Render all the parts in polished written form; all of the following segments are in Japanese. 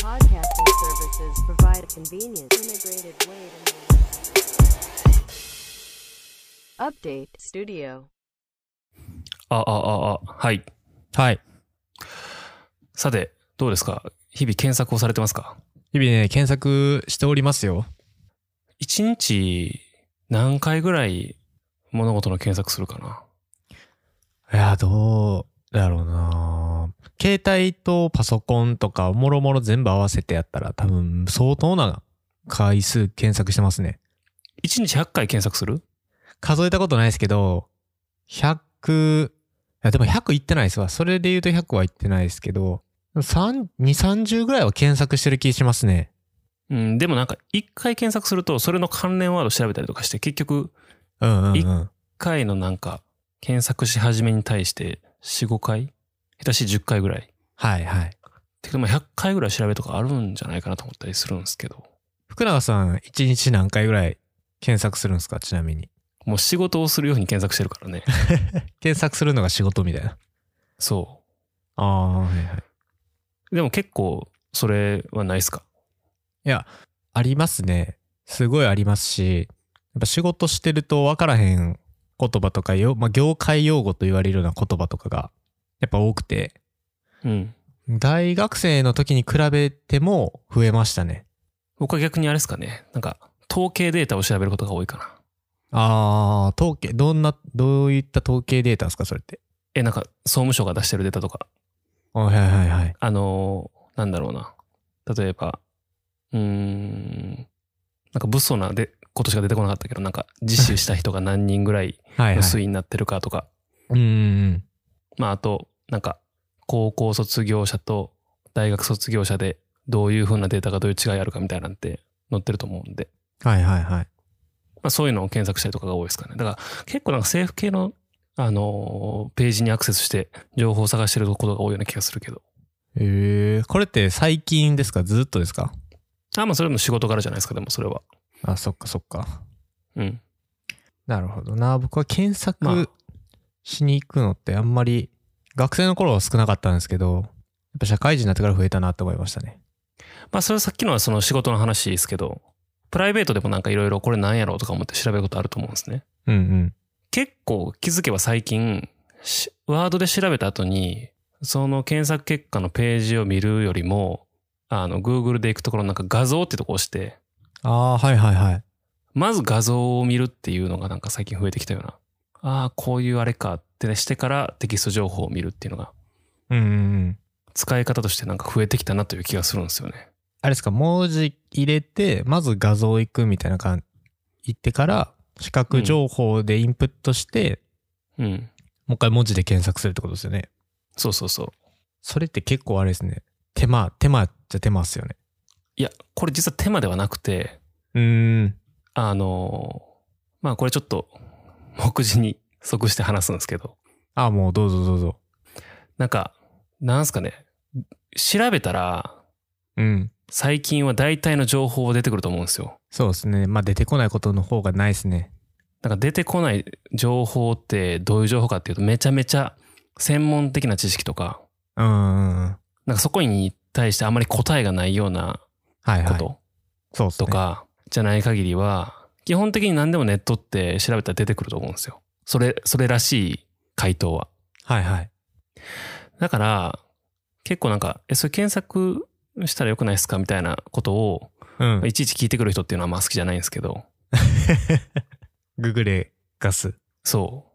podcasting services provide a convenient, integrated way to update studio. はい。 はい。 さて、どうですか？日々検索をされてますか？ 日々ね、検索しておりますよ。 1日何回ぐらい物事の検索するかな？ いや、どうだろうな。携帯とパソコンとかもろもろ全部合わせてやったら多分相当な回数検索してますね。 1日100回検索する？ 数えたことないですけど、100、いやでも100いってないですわ。それで言うと100はいってないですけど、2、30ぐらいは検索してる気しますね。 うん、でもなんか1回検索するとそれの関連ワード調べたりとかして結局1回のなんか検索し始めに対して4、5回下手し10回ぐらい。 はいはい。 てか100回ぐらい調べとかあるんじゃないかなと思ったりするんですけど。 福永さん1日何回ぐらい検索するんですか？ちなみに。 もう仕事をするように検索してるからね。 検索するのが仕事みたいな。 そう。 ああ、はいはい。 でも結構それはないっすか？ いや、ありますね。すごいありますし、やっぱ仕事してると分からへん言葉とか業界用語と言われるような言葉とかがやっぱ多くて、 うん。 大学生の時に比べても増えましたね。 僕は逆にあれですかね。なんか統計データを調べることが多いかな。 ああ、統計、どういった統計データですか、それって。 なんか総務省が出してるデータとか。 はいはいはい。 なんだろうな。例えば、なんか物騒なことしか出てこなかったけど、なんか実習した人が何人ぐらいの推移になってるかとか。まああと、なんか高校卒業者と大学卒業者でどういう風なデータがどういう違いあるかみたいなんて載ってると思うんで。 はいはいはい。 まあそういうのを検索したりとかが多いですかね。だから結構なんか政府系のページにアクセスして情報を探してることが多いような気がするけど。 これって最近ですか？ずっとですか？ まあそれも仕事からじゃないですか、でもそれは。 あ、そっかそっか。 うん。 なるほどな。僕は検索しに行くのってあんまり、学生の頃は少なかったんですけど、やっぱ社会人になってから増えたなって思いましたね。 まあそれはさっきのはその仕事の話ですけど、プライベートでもなんかいろいろこれなんやろうとか思って調べることあると思うんですね。 うんうん。 結構気づけば最近、ワードで調べた後に、その検索結果のページを見るよりも、Google で行くところなんか画像ってとこを押して、 ああ、はいはいはい。 まず画像を見るっていうのがなんか最近増えてきたような。ああ、こういうあれかってしてからテキスト情報を見るっていうのが、使い方としてなんか増えてきたなという気がするんですよね。 あれですか、文字入れて、まず画像行くみたいな感じ、行ってから、視覚情報でインプットして、もう一回文字で検索するってことですよね。 そうそうそう。 それって結構あれですね。手間っちゃ手間っすよね。 いや、これ実は手間ではなくて、まあこれちょっと目次に即して話すんですけど。 もうどうぞどうぞ。 なんか、なんすかね。調べたら、最近は大体の情報出てくると思うんですよ。 そうですね。まあ出てこないことの方がないですね。 なんか出てこない情報ってどういう情報かっていうとめちゃめちゃ専門的な知識とか、なんかそこに対してあんまり答えがないようなこととかじゃない限りは、基本的に何でもネットって調べたら出てくると思うんですよ。それらしい回答は。 はいはい。 だから結構なんかそれ検索したらよくないですかみたいなことを、いちいち聞いてくる人っていうのはまあ好きじゃないんですけど。 ググレガス。 そう。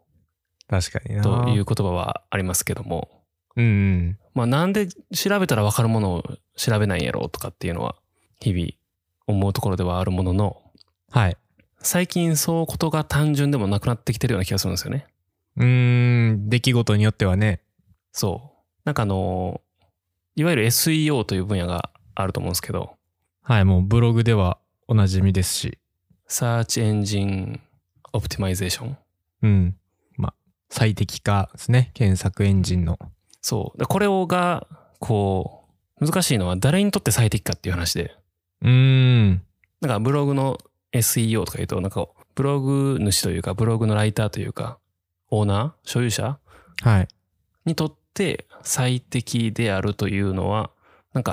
確かにな。 という言葉はありますけども。まあなんで調べたら分かるものを調べないんやろうとかっていうのは日々思うところではあるものの、 はい。 最近そうことが単純でもなくなってきてるような気がするんですよね。 出来事によってはね。 そう。なんかいわゆる SEO という分野があると思うんですけど。 はい、もうブログではおなじみですし。 Search Engine Optimization。 まあ、最適化ですね。検索エンジンの。 そう。これが、こう、難しいのは誰にとって最適かっていう話で。なんかブログの SEO とか言うと、なんかブログ主というか、ブログのライターというか、オーナー所有者にとって最適であるというのは、なんか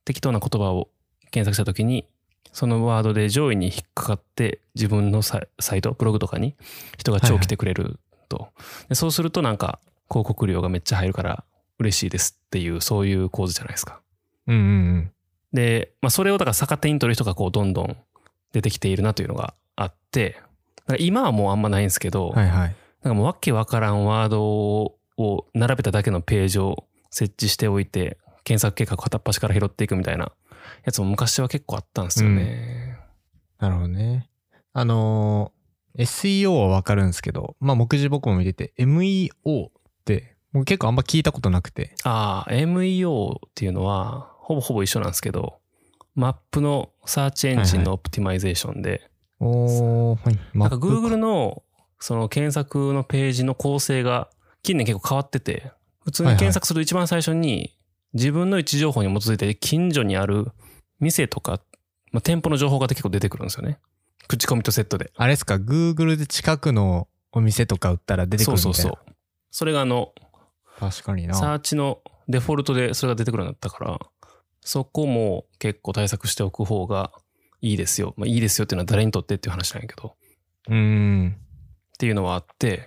適当な言葉を検索した時にそのワードで上位に引っかかって自分のサイトブログとかに人が超来てくれると、でそうするとなんか広告料がめっちゃ入るから嬉しいですっていうそういう構図じゃないですか。で、それをだから逆手に取る人がこうどんどん出てきているなというのがあって、だから今はもうあんまないんですけど、なんかもうわけわからんワードを並べただけのページを設置しておいて検索結果片っ端から拾っていくみたいなやつも昔は結構あったんですよね。 なるほどね。SEO はわかるんですけど、目次僕も見てて MEO ってもう結構あんま聞いたことなくて。 MEO っていうのはほぼほぼ一緒なんですけど、マップのサーチエンジンのオプティマイゼーションで、なんか Google のその検索のページの構成が近年結構変わってて、普通に検索すると一番最初に自分の位置情報に基づいて近所にある店とか、店舗の情報が結構出てくるんですよね。口コミとセットで。 あれですか、Google で近くのお店とか売ったら出てくるみたいな。 そう。それが確かにな。 サーチのデフォルトでそれが出てくるようになったから、そこも結構対策しておく方がいいですよ。いいですよっていうのは誰にとってっていう話なんやけど。っていうのはあって、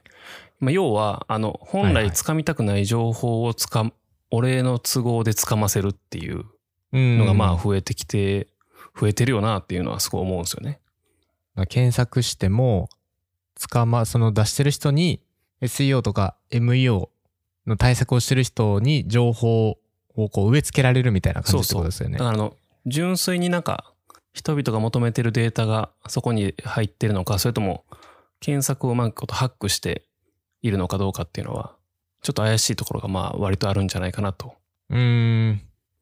要は本来掴みたくない情報を俺の都合で掴ませるっていうのが増えてるよなっていうのはすごい思うんですよね。 検索してもその出してる人に SEO とか MEO の対策をしてる人に情報をこう植え付けられるみたいな感じってことですよね。 だから純粋になんか人々が求めてるデータがそこに入ってるのか、それとも検索をうまくハックしているのかどうかっていうのはちょっと怪しいところが割とあるんじゃないかなと。 そういう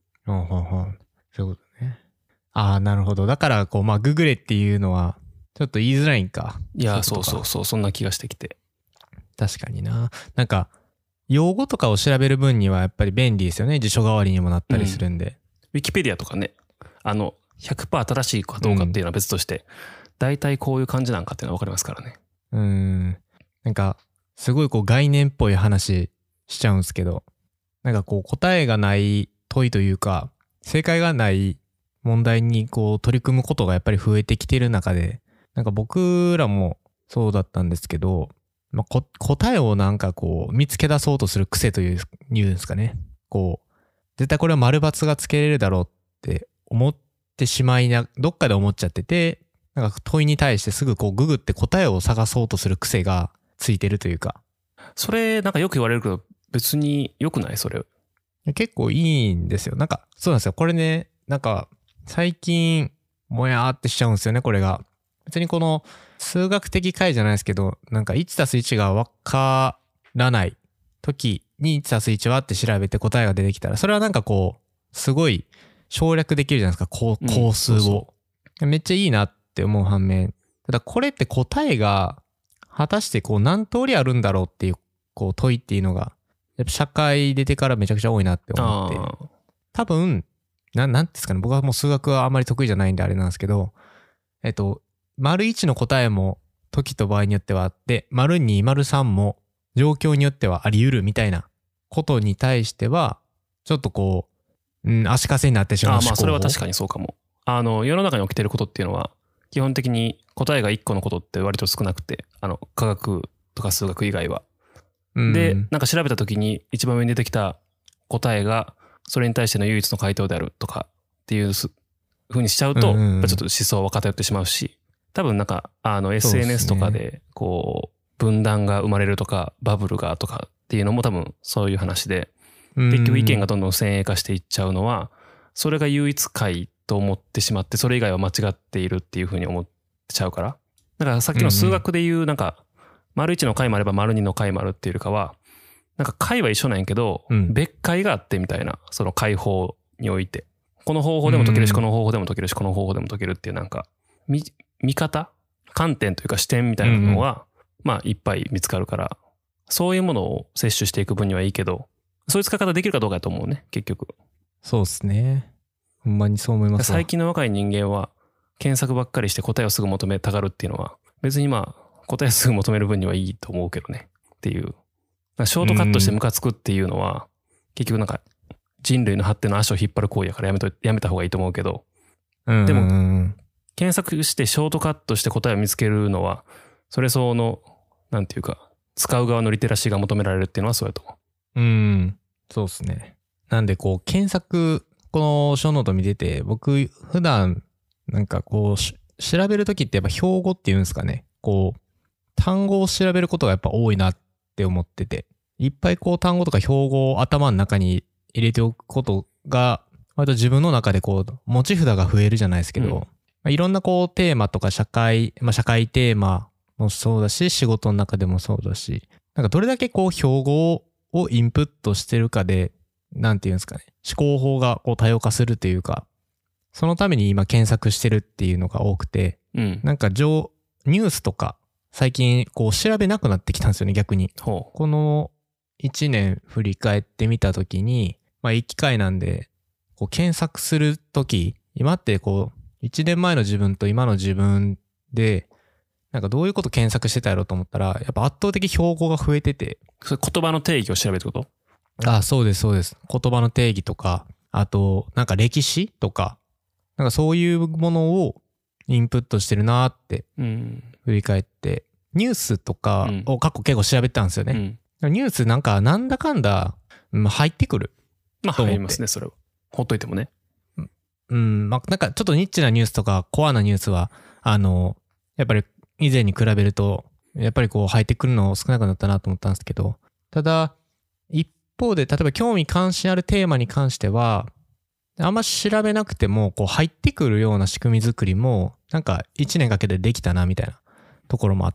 ことね。なるほど。だからググれっていうのはちょっと言いづらいんか。 いや、そうそんな気がしてきて。 確かにな。なんか用語とかを調べる分にはやっぱり便利ですよね。辞書代わりにもなったりするんで。 ウィキペディアとかね、100% 正しいかどうかっていうのは別として、大体こういう感じなんかっていうのは分かりますからね。 なんかすごい概念っぽい話しちゃうんですけど、なんか答えがない問いというか正解がない問題に取り組むことがやっぱり増えてきてる中で、なんか僕らもそうだったんですけど、答えをなんか見つけ出そうとする癖というんですかね。絶対これは丸×がつけれるだろうって思ってしまいどっかで思っちゃってて、なんか問いに対してすぐググって答えを探そうとする癖がついてるというか。 それなんかよく言われるけど別に良くない？それ結構いいんですよ。なんかそうなんですよ。これね、なんか最近もやーってしちゃうんですよね、これが。別に数学的解じゃないですけど、なんか 1+1 が分からない時に 1+1 はって調べて答えが出てきたら、それはなんかすごい省略できるじゃないですか、構数を。めっちゃいいなって思う反面、ただこれって答えが果たして何通りあるんだろうっていう問いっていうのが、やっぱ社会出てからめちゃくちゃ多いなって思って。多分、なんですかね、僕はもう数学はあんまり得意じゃないんであれなんですけど、丸1の答えも時と場合によってはあって、丸2、丸3も状況によってはあり得るみたいなことに対しては、ちょっと足かせになってしまう思考。 それは確かにそうかも。世の中に起きてることっていうのは、基本的に答えが1個のことって割と少なくて、科学とか数学以外は。で、なんか調べた時に一番上に出てきた答えが、それに対しての唯一の回答であるとかっていう風にしちゃうと、やっぱちょっと思想は偏ってしまうし、多分なんかSNS とかで分断が生まれるとかバブルがとかっていうのも多分そういう話で、結局意見がどんどん先鋭化していっちゃうのはそれが唯一解と思ってしまって、それ以外は間違っているっていうふうに思っちゃうから。だからさっきの数学でいうなんか丸1の解もあれば丸2の解もあるっていうよりかは、なんか解は一緒なんやけど別解があってみたいな、その解法においてこの方法でも解けるしこの方法でも解けるしこの方法でも解けるっていうなんか見方、観点というか視点みたいなのが、いっぱい見つかるから、そういうものを摂取していく分にはいいけど、そういう使い方できるかどうかだと思うね、結局。 そうですね。ほんまにそう思いますわ。 最近の若い人間は、検索ばっかりして答えをすぐ求めたがるっていうのは、別に答えをすぐ求める分にはいいと思うけどね。っていう。ショートカットしてムカつくっていうのは、結局なんか、 人類の発展の足を引っ張る行為やからやめた方がいいと思うけど、 うんでも検索してショートカットして答えを見つけるのはそれ相応のなんていうか使う側のリテラシーが求められるっていうのはそうやと思う。 そうですね。なんでこう検索、このショーノート見てて、僕普段なんかこう調べるときってやっぱ標語っていうんですかね。こう単語を調べることがやっぱ多いなって思ってて、いっぱいこう単語とか標語を頭の中に入れておくことが割と自分の中でこう持ち札が増えるじゃないですけど、いろんなこうテーマとか社会テーマもそうだし、仕事の中でもそうだし、なんかどれだけこう標語をインプットしてるかで、なんていうんですかね、思考法がこう多様化するというか、そのために今検索してるっていうのが多くて、なんかニュースとか最近こう調べなくなってきたんですよね、逆に。この1年振り返ってみたときに、いい機会なんで、こう検索するとき、今ってこう1年前の自分と今の自分で、なんかどういうこと検索してたやろうと思ったら、やっぱ圧倒的標語が増えてて。 それ言葉の定義を調べるってこと？ そうです、そうです。言葉の定義とか、あと、なんか歴史とか、なんかそういうものをインプットしてるなーって振り返って、ニュースとかを結構調べてたんですよね。ニュースなんかなんだかんだ入ってくる。 入りますね、それは。ほっといてもね。 なんかちょっとニッチなニュースとかコアなニュースは、やっぱり以前に比べると、やっぱりこう入ってくるの少なくなったなと思ったんですけど、ただ、一方で、例えば興味関心あるテーマに関しては、あんま調べなくても、こう入ってくるような仕組み作りも、なんか1年かけてできたな、みたいなところもあって、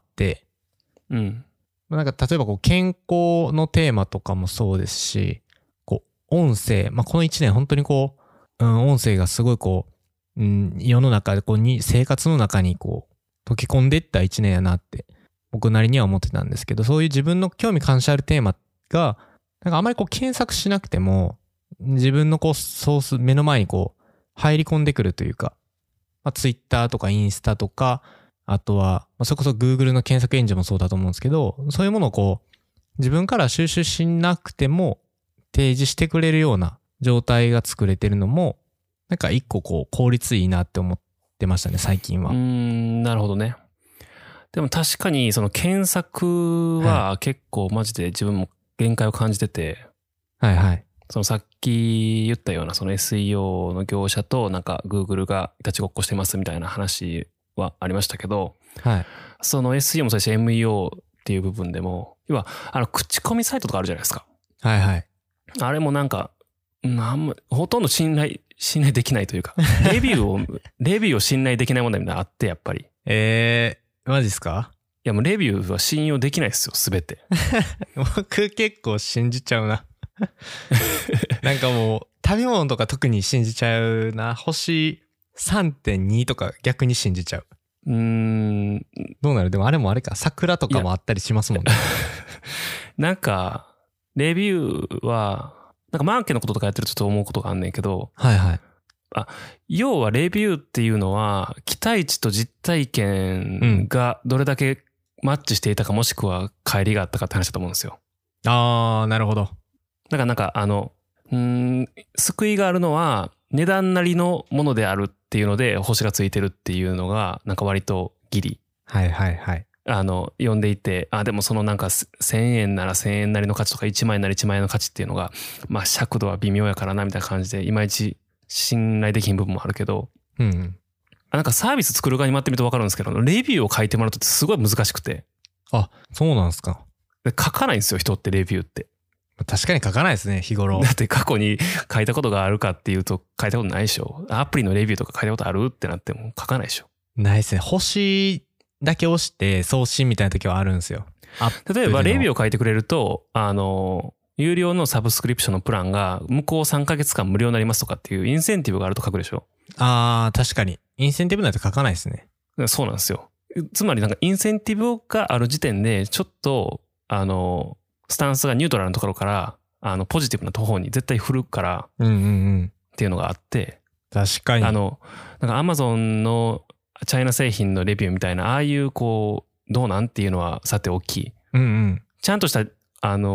なんか例えばこう健康のテーマとかもそうですし、こう音声、この1年本当にこう、音声がすごいこう、世の中でこう生活の中にこう、溶け込んでいった1年やなって、僕なりには思ってたんですけど、そういう自分の興味関心あるテーマが、なんかあまりこう検索しなくても、自分のこうソース、目の前にこう入り込んでくるというか、Twitter とかインスタとか、あとは、それこそ Google の検索エンジンもそうだと思うんですけど、そういうものをこう、自分から収集しなくても提示してくれるような状態が作れてるのも、なんか一個こう効率いいなって思ってましたね、最近は。 なるほどね。でも確かにその検索は結構マジで自分も限界を感じてて、そのさっき言ったようなその SEO の業者となんか Google がいたちごっこしてますみたいな話はありましたけど、その SEO もそうですし MEO っていう部分でも、要は口コミサイトとかあるじゃないですか。あれもなんか、ほとんど信頼できないというか、レビューを信頼できない問題みたいなのあって、やっぱり。 マジっすか？ いやもうレビューは信用できないですよ、すべて。 僕結構信じちゃうな。なんかもう食べ物とか特に信じちゃうな。星 3.2 とか逆に信じちゃう。どうなる？でもあれもあれか、桜とかもあったりしますもんね。 なんかレビューはなんかマーケのこととかやってるとちょっと思うことがあんねんけど、要はレビューっていうのは期待値と実体験がどれだけマッチしていたか、もしくは乖離があったかって話だと思うんですよ。 なるほど。 だからなんか救いがあるのは値段なりのものであるっていうので星がついてるっていうのがなんか割とギリ読んでいて、でもそのなんか1000円なら1000円なりの価値とか1万円なら1万円の価値っていうのが尺度は微妙やからなみたいな感じでいまいち信頼できひん部分もあるけど、なんかサービス作る側に回ってみると分かるんですけど、レビューを書いてもらうとってすごい難しくて。 そうなんですか。 書かないんですよ、人ってレビューって。 確かに書かないですね、日頃。 だって過去に書いたことがあるかっていうと書いたことないでしょ。アプリのレビューとか書いたことあるってなっても書かないでしょ。 ないですね。星だけ押して送信みたいな時はあるんですよ。 例えばレビューを書いてくれると、有料のサブスクリプションのプランが向こう3ヶ月間無料になりますとかっていうインセンティブがあると書くでしょ。 確かに。インセンティブないと書かないですね。 そうなんですよ。つまりなんかインセンティブがある時点でちょっとスタンスがニュートラルなところからポジティブな方に絶対振るからっていうのがあって、 確かになんか Amazon のチャイナ製品のレビューみたいなああいうこうどうなんっていうのはさておき、ちゃんとした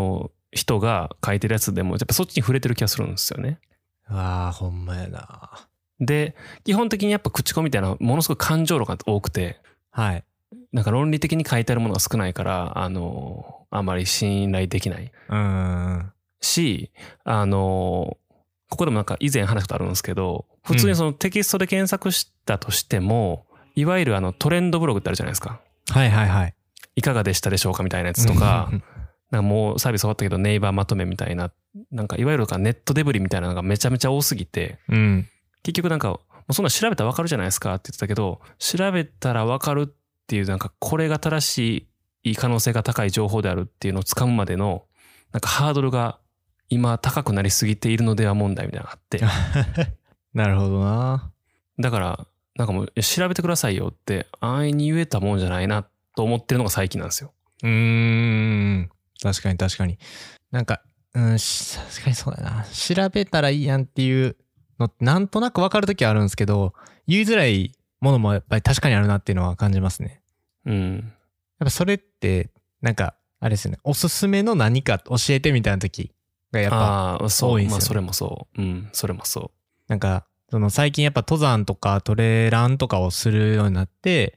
人が書いてるやつでもやっぱそっちに触れてる気がするんですよね。 ああ、ほんまやな。 で基本的にやっぱ口コミみたいなものすごく感情論が多くて、 はい。 なんか論理的に書いてあるものが少ないからあまり信頼できないし、ここでもなんか以前話したことあるんですけど、普通にそのテキストで検索したとしても、いわゆるトレンドブログってあるじゃないですか。 はいはいはい。 いかがでしたでしょうかみたいなやつとか、なんかもうサービス終わったけどネイバーまとめみたいな、なんかいわゆるネットデブリみたいなのがめちゃめちゃ多すぎて、結局なんかもうそんな調べたら分かるじゃないですかって言ってたけど、調べたら分かるっていう、なんかこれが正しい可能性が高い情報であるっていうのをつかむまでのなんかハードルが今高くなりすぎているのでは問題みたいなのがあってなるほどな。 だからなんかもう調べてくださいよって安易に言えたもんじゃないなと思ってるのが最近なんですよ。 確かに確かに。なんか確かにそうだな。調べたらいいやんっていうのってなんとなく分かるときはあるんですけど、言いづらいものもやっぱり確かにあるなっていうのは感じますね。やっぱそれってなんかあれですよね。おすすめの何か教えてみたいな時がやっぱ多いんですよね。 まあそれもそう。それもそう。 なんかその最近やっぱ登山とかトレランとかをするようになって、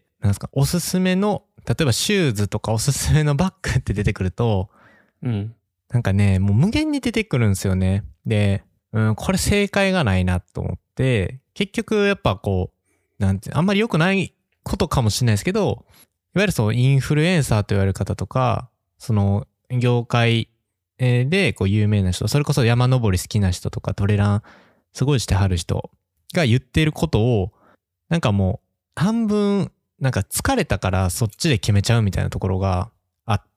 なんですか、おすすめの例えばシューズとかおすすめのバッグって出てくると、なんかね、もう無限に出てくるんですよね。で、これ正解がないなと思って、結局やっぱこう、なんて、あんまり良くないことかもしれないですけど、いわゆるそうインフルエンサーと言われる方とか、その業界でこう有名な人、それこそ山登り好きな人とかトレランすごいしてはる人が言っていることを、なんかもう半分なんか疲れたからそっちで決めちゃうみたいなところがあって、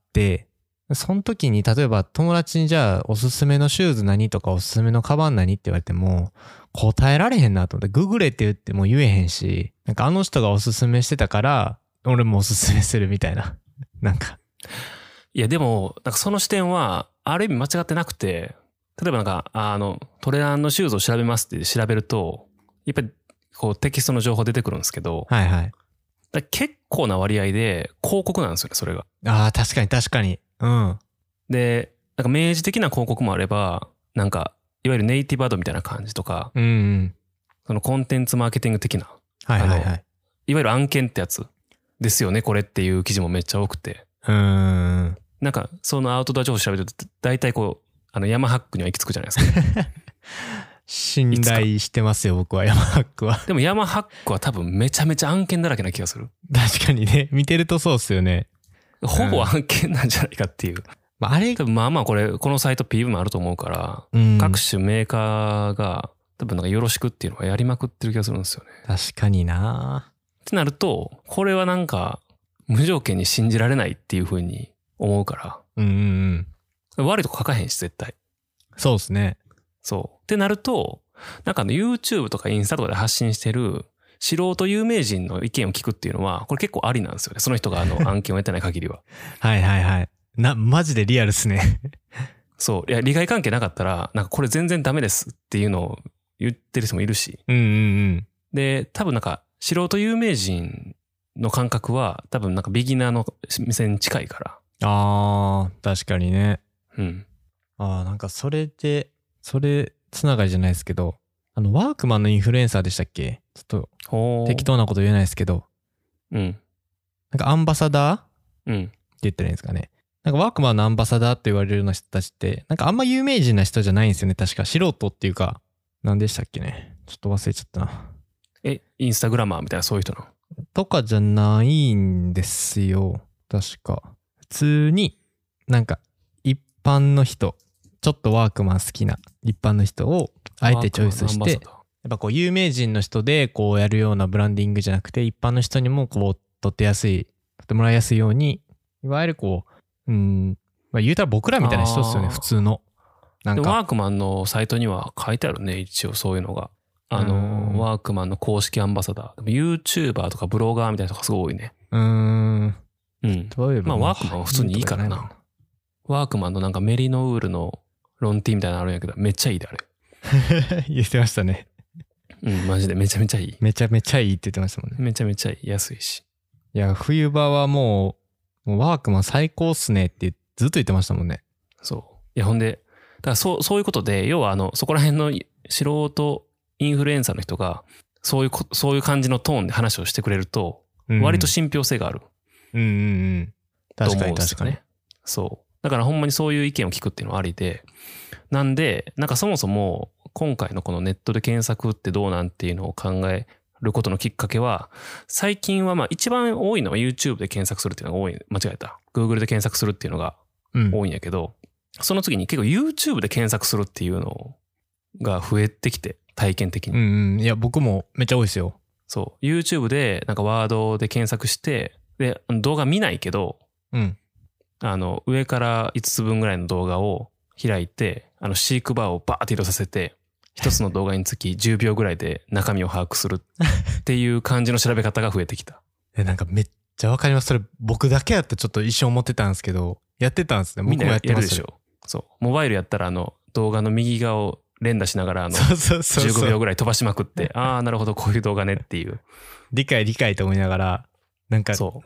その時に例えば友達にじゃあおすすめのシューズ何とかおすすめのカバン何って言われても答えられへんなと思って、ググれって言っても言えへんし、なんかあの人がおすすめしてたから俺もおすすめするみたいな。なんか。 いやでも、なんかその視点はある意味間違ってなくて、例えばなんかトレランのシューズを調べますって調べると、やっぱりこうテキストの情報出てくるんですけど、 はいはい。 だ結構な割合で広告なんですよね、それが。 ああ、確かに確かに。 で、なんか明示的な広告もあれば、なんかいわゆるネイティブアドみたいな感じとか、そのコンテンツマーケティング的な、いわゆる案件ってやつですよね、これっていう記事もめっちゃ多くて。なんかそのアウトドア情報調べると大体こうヤマハックには行き着くじゃないですか。 信頼してますよ僕はヤマハックは。 でもヤマハックは多分めちゃめちゃ案件だらけな気がする。 確かにね、見てるとそうっすよね。 ほぼ案件なんじゃないかっていう。 あれ多分まあこのサイト PV もあると思うから、各種メーカーが多分なんかよろしくっていうのはやりまくってる気がするんですよね。 確かにな。 ってなるとこれはなんか無条件に信じられないっていう風に思うから、悪いとこ書かへんし絶対。 そうですね。 そうってなると、なんかYouTube とかインスタとかで発信してる素人有名人の意見を聞くっていうのはこれ結構ありなんですよね。その人が案件を得てない限りは。 はいはいはい。マジでリアルっすね。 そう、いや利害関係なかったらなんかこれ全然ダメですっていうのを言ってる人もいるし、で多分なんか素人有名人の感覚は多分なんかビギナーの目線に近いから。 確かにね。なんかそれつながりじゃないですけど、ワークマンのインフルエンサーでしたっけ？ちょっと適当なこと言えないですけど、なんかアンバサダー、って言ったらいいんですかね。なんかワークマンのアンバサダーって言われるような人たちってなんかあんま有名人な人じゃないんですよね。確か素人っていうか、何でしたっけね。ちょっと忘れちゃったな。 インスタグラマーみたいなそういう人のとかじゃないんですよ。確か普通になんか一般の人、ちょっとワークマン好きな一般の人をあえてチョイスして、やっぱこう有名人の人でこうやるようなブランディングじゃなくて、一般の人にもこう取ってもらいやすいように、いわゆるこう言うたら僕らみたいな人ですよね、普通の。なんかワークマンのサイトには書いてあるね、一応そういうのが。ワークマンの公式アンバサダー。でも YouTuber とかブロガーみたいな人がすごい多いね。まあワークマンは普通にいいからな。ワークマンのなんかメリノウールのロンティーみたいなのあるんやけど、めっちゃいいであれ。 言ってましたね。 マジでめちゃめちゃいい。 めちゃめちゃいいって言ってましたもんね。 めちゃめちゃいい。安いし。 いや、冬場はもうワークマン最高っすねってずっと言ってましたもんね。 そいやほんでだからそういうことで要はそこら辺の素人インフルエンサーの人がそういう感じのトーンで話をしてくれると割と信憑性がある、 うんうんうん、確かに確かに。 そうだからほんまにそういう意見を聞くっていうのはありで、なんでなんかそもそも今回のこのネットで検索ってどうなんっていうのを考えることのきっかけは、最近はまあ一番多いのは YouTube で検索するっていうのが多い、間違えた Google で検索するっていうのが多いんやけど、その次に結構 YouTube で検索するっていうのが増えてきて、体験的に。 うんうん、いや僕もめっちゃ多いですよ。 そう YouTube でなんかワードで検索して、で動画見ないけど、 うん、 上から5つ分ぐらいの動画を開いて、飼育バーをバーって移動させて、一つの動画につき10秒ぐらいで中身を把握するっていう感じの調べ方が増えてきた。 なんかめっちゃわかります。それ僕だけやってちょっと一瞬思ってたんですけど、やってたんですね。僕もやってます。みんなやるでしょ。 そう。モバイルやったら動画の右側を連打しながら15秒ぐらい飛ばしまくって、ああなるほどこういう動画ねっていう。理解と思いながら、なんかだいたい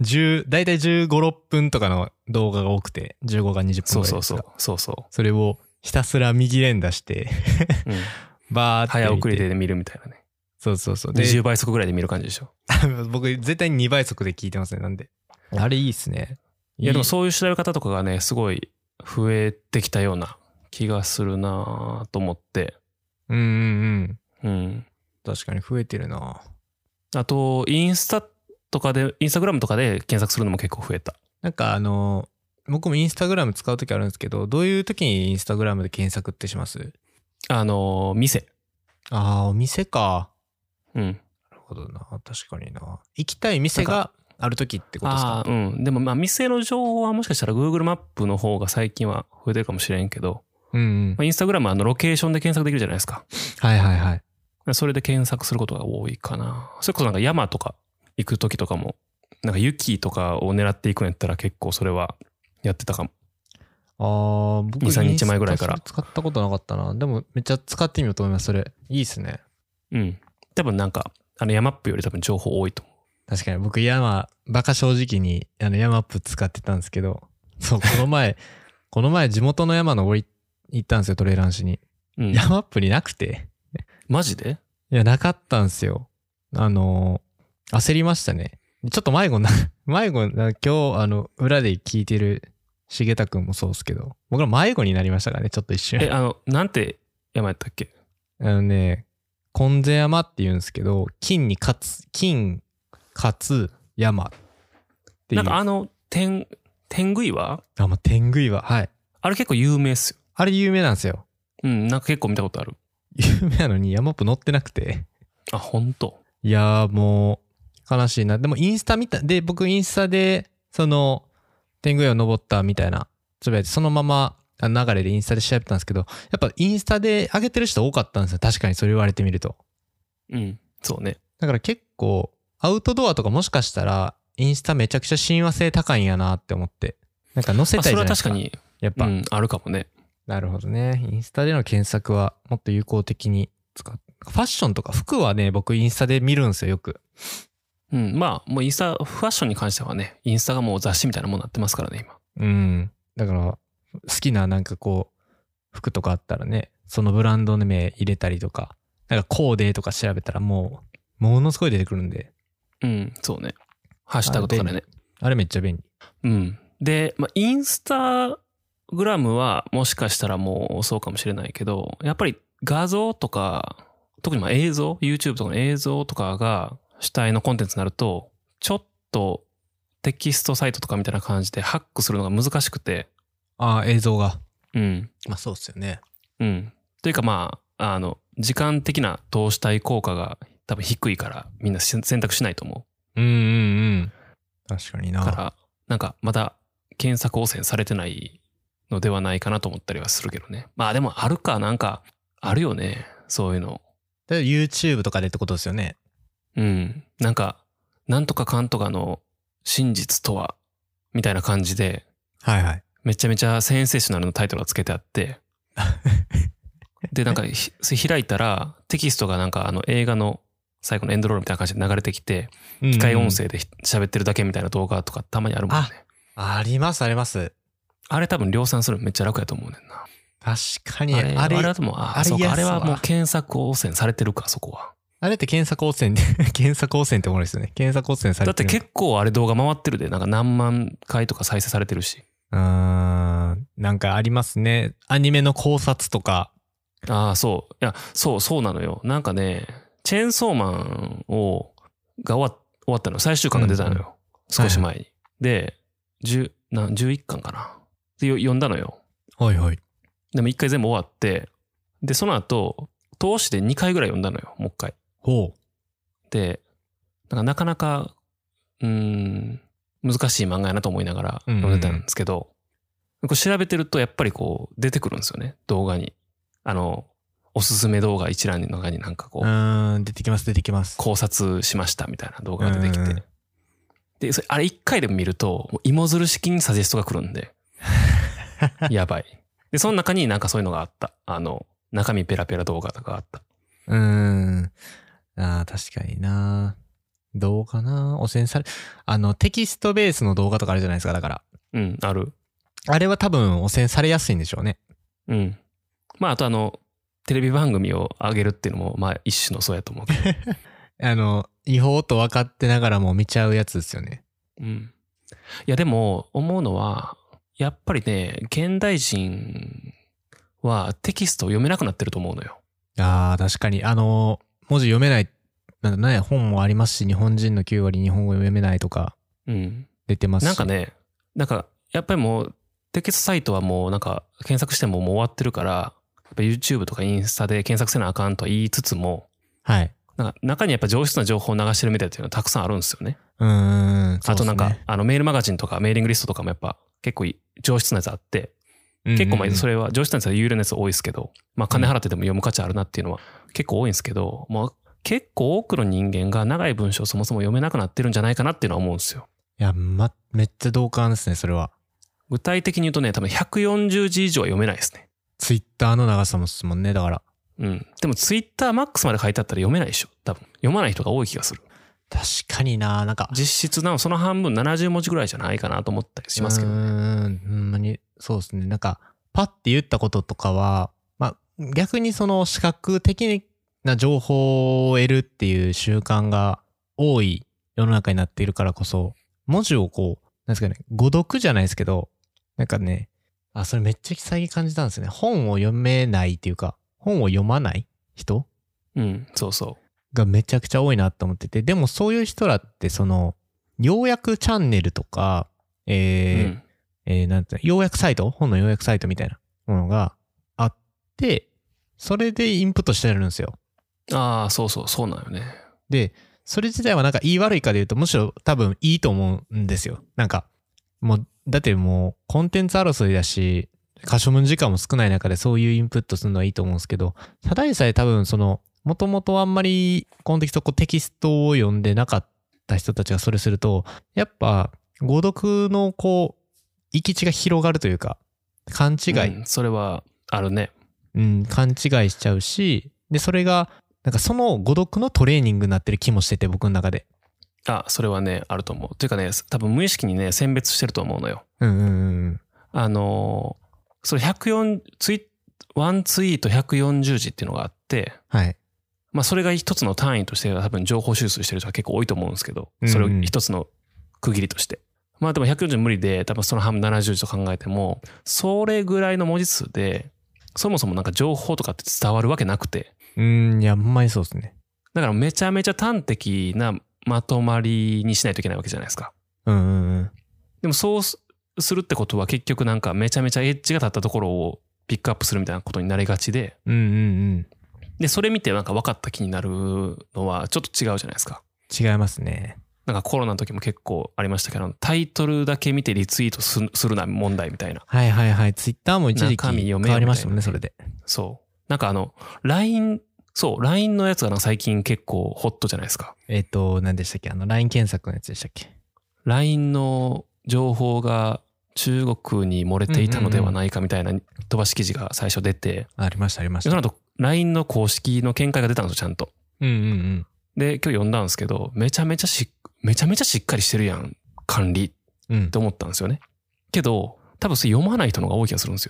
15、6分とかの動画が多くて、15が20分ぐらいですか。 そう。 それをひたすら右連打して、うん、バーって早送りで見るみたいなね。 そう。で 20倍速ぐらいで見る感じでしょ。 僕絶対に2倍速で聞いてますね。なんで。あれいいっすね。 いやでもそういう調べ方とかがね、すごい増えてきたような気がするなと思って。 うん。確かに増えてるな。 あと、インスタグラムとかで検索するのも結構増えた。 なんか僕もインスタグラム使うときあるんですけど、どういう時にインスタグラムで検索ってします？ 店。 お店か。 うん。 なるほどな。確かにな。行きたい店がある時ってことですか？ うん。でもまあ店の情報はもしかしたら Google マップの方が最近は増えてるかもしれんけど、インスタグラムはロケーションで検索できるじゃないですか。 はい。 それで検索することが多いかな。それこそなんか山とか行く時とかも、なんか雪とかを狙っていくんやったら結構それはやってたかも。 僕 2、3日前ぐらいから。 使ったことなかったな。でもめっちゃ使ってみようと思います。それいいっすね。 うん。多分なんかヤマップより多分情報多いと思う。 確かに僕バカ正直にヤマップ使ってたんですけど、そうこの前地元の山登り行ったんですよ、トレランしに。ヤマップになくて。 マジで？ いやなかったんですよ。焦りましたね。ちょっと迷子今日裏で聞いてる重田くんもそうですけど、僕ら迷子になりましたからね、ちょっと一瞬。 なんて山やったっけ？ 金瀬山って言うんですけど、金かつ山っていう。 なんか天狗岩？ 天狗岩、はい。 あれ結構有名っすよ。 あれ有名なんですよ。 なんか結構見たことある。 有名なのにヤマップ載ってなくて。 ほんと？ いやもう悲しいな。でもインスタで僕インスタで天狗岩を登ったみたいなつぶやいて、そのまま流れでインスタで調べたんですけど、やっぱインスタで上げてる人多かったんですよ。確かにそれ言われてみると。 そうね。 だから結構アウトドアとかもしかしたらインスタめちゃくちゃ親和性高いんやなって思って、なんか載せたいじゃないですか。 それは確かにやっぱ、あるかもね。なるほどね。インスタでの検索はもっと有効的に使う。ファッションとか服はね、僕インスタで見るんですよ、よく。 まあもうインスタ、ファッションに関してはね、インスタがもう雑誌みたいなもんになってますからね、今。 だから好きななんか服とかあったらね、そのブランドの名入れたりとか、なんかコーデとか調べたらものすごい出てくるんで。 そうね。ハッシュタグとかでね。 あれめっちゃ便利。で、インスタグラムはもしかしたらもうそうかもしれないけど、やっぱり画像とか、特に映像、YouTube とかの映像とかが主体のコンテンツになると、ちょっとテキストサイトとかみたいな感じでハックするのが難しくて。 映像が。 そうっすよね。 というか時間的な投資対効果が多分低いからみんな選択しないと思う。 確かにな。 だからなんかまだ検索汚染されてないのではないかなと思ったりはするけどね。でもあるか、なんかあるよね、そういうの。 YouTube とかでってことですよね。 なんかなんとかかんとかの真実とはみたいな感じで、めちゃめちゃセンセーショナルのタイトルがつけてあってでなんか開いたらテキストがなんか映画の最後のエンドロールみたいな感じで流れてきて、機械音声で喋ってるだけみたいな動画とかたまにあるもんね。 ありますあります。 あれ多分量産するのめっちゃ楽やと思うねんな。 確かに、 あれはもう、そうか、あれはもう検索汚染されてるか、そこは。 あれって検索汚染で、検索汚染って思うんですよね。検索汚染されてる。 だって結構あれ動画回ってるで、なんか何万回とか再生されてるし。 なんかありますね。アニメの考察とか。 ああ、そう。いや、そうなのよ。なんかね、チェーンソーマンが終わったの。最終巻が出たのよ。少し前に。で、11巻かな。で、読んだのよ。 はいはい。 でも1回全部終わって、で、その後、通しで2回ぐらい読んだのよ。もう1回。 ほう。 で、なかなか、難しい漫画やなと思いながら読んでたんですけど、こう調べてるとやっぱりこう出てくるんですよね。動画に。おすすめ動画一覧の中になんかこう。 出てきます出てきます。 考察しましたみたいな動画が出てきて。で、あれ1回でも見ると、もう芋づる式にサジェストが来るんで。やばい。で、その中になんかそういうのがあった。中身ペラペラ動画とかあった。 確かにな。動画な。汚染され、テキストベースの動画とかあるじゃないですか、だから。 ある。 あれは多分汚染されやすいんでしょうね。 まあ、あとテレビ番組を上げるっていうのも、まあ、一種のそうやと思うけど。 違法と分かってながらも見ちゃうやつですよね。 いや、でも、思うのは、やっぱりね、現代人はテキストを読めなくなってると思うのよ。 確かに。文字読めない、なんだね、本もありますし、日本人の9割日本語読めないとか、出てますし。 なんかね、やっぱりもう、テキストサイトはもう検索してももう終わってるから、やっぱ YouTube とかインスタで検索せなあかんとは言いつつも、 はい。 中にやっぱ上質な情報を流してるメディアっていうのはたくさんあるんですよね。 あとメールマガジンとかメーリングリストとかもやっぱ結構上質なやつあって、結構それは上質なやつは有料なやつ多いですけど、まあ金払ってでも読む価値あるなっていうのは結構多いんですけど、もう結構多くの人間が長い文章をそもそも読めなくなってるんじゃないかなっていうのは思うんですよ。 いや、めっちゃ同感ですね、それは。 具体的に言うとね、多分140字以上は読めないですね。 ツイッターの長さもですもんね、だから。 でもツイッターマックスまで書いてあったら読めないでしょ。多分。読まない人が多い気がする。 確かにな、なんか。 実質その半分70文字ぐらいじゃないかなと思ったりしますけどね。 そうですね。なんか、パッて言ったこととかは、まあ、逆にその視覚的な情報を得るっていう習慣が多い世の中になっているからこそ、文字をこう、なんですかね、誤読じゃないですけど、なんかね、それめっちゃ最近感じたんですよね。本を読めないっていうか、本を読まない人そうそう。 がめちゃくちゃ多いなと思ってて、でもそういう人らって要約チャンネルとか、なんて要約サイト、本の要約サイトみたいなものがあって、それでインプットしてるんですよ。 そうなんよね。 で、それ自体はなんか言い悪いかで言うと、むしろ多分いいと思うんですよ。なんか、だってもうコンテンツ争いだし、可処分時間も少ない中でそういうインプットするのはいいと思うんですけど、ただでさえ多分もともとあんまりテキストを読んでなかった人たちがそれすると、やっぱ誤読の行き地が広がるというか、勘違い。 それはあるね。 勘違いしちゃうし、で、それが、なんかその誤読のトレーニングになってる気もしてて、僕の中で。 それはね、あると思う。というかね、多分無意識にね、選別してると思うのよ。それ101ツイート140字っていうのがあって、 はい。 まあそれが一つの単位として多分情報収集してる人は結構多いと思うんですけど、それを一つの区切りとして。まあでも140無理で、多分その半分70字と考えても、それぐらいの文字数で、そもそもなんか情報とかって伝わるわけなくて。 いや、ほんまにそうですね。 だからめちゃめちゃ端的なまとまりにしないといけないわけじゃないですか。でもそうするってことは結局なんかめちゃめちゃエッジが立ったところをピックアップするみたいなことになりがちで、でそれ見てなんか分かった気になるのはちょっと違うじゃないですか。 違いますね。 なんかコロナの時も結構ありましたけど、タイトルだけ見てリツイートするな問題みたいな。 はいはいはい。ツイッターも一時期変わりましたもんね、それで。 そう。なんかLINE のやつが最近結構ホットじゃないですか。 何でしたっけLINE 検索のやつでしたっけ ?LINE の情報が中国に漏れていたのではないかみたいな飛ばし記事が最初出て。 ありましたありました。 その後 LINE の公式の見解が出たんですよ、ちゃんと。で、今日読んだんですけど、めちゃめちゃしっかりしてるやん、管理って思ったんですよね。けど、多分それ読まない人の方が多い気がするんですよ。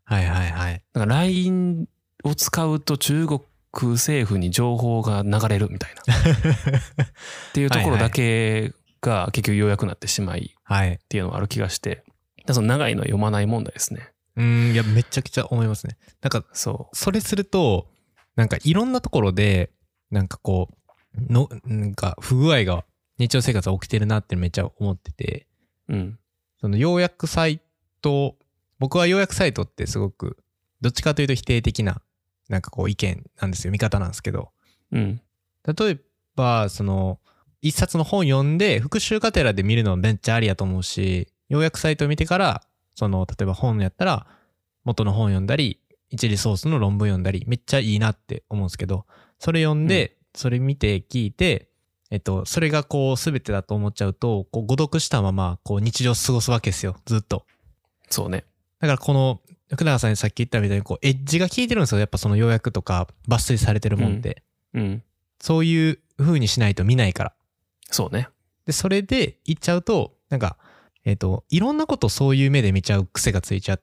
はいはいはい。 だから LINE を使うと中国政府に情報が流れるみたいなっていうところだけが結局要約になってしまいっていうのがある気がして、その長いのは読まない問題ですね。 いやめちゃくちゃ思いますね。なんかそれするとなんかいろんなところでなんかこうのなんか不具合が日常生活起きてるなってめっちゃ思ってて、その要約サイト、僕は要約サイトってすごくどっちかというと否定的ななんかこう意見なんですよ、見方なんですけど、例えばその一冊の本読んで復習がてらで見るのはめっちゃありやと思うし、要約サイトを見てからその例えば本やったら元の本読んだり一次ソースの論文読んだりめっちゃいいなって思うんですけど、それ読んで、それ見て聞いてそれがこう全てだと思っちゃうとこう誤読したままこう日常過ごすわけですよ、ずっと。 そうね。 だからこの福永さんにさっき言ったみたいにこうエッジが効いてるんですよ、やっぱその要約とか抜粋されてるもんって、そういう風にしないと見ないから。 そうね。 でそれで言っちゃうとなんかいろんなことをそういう目で見ちゃう癖がついちゃって、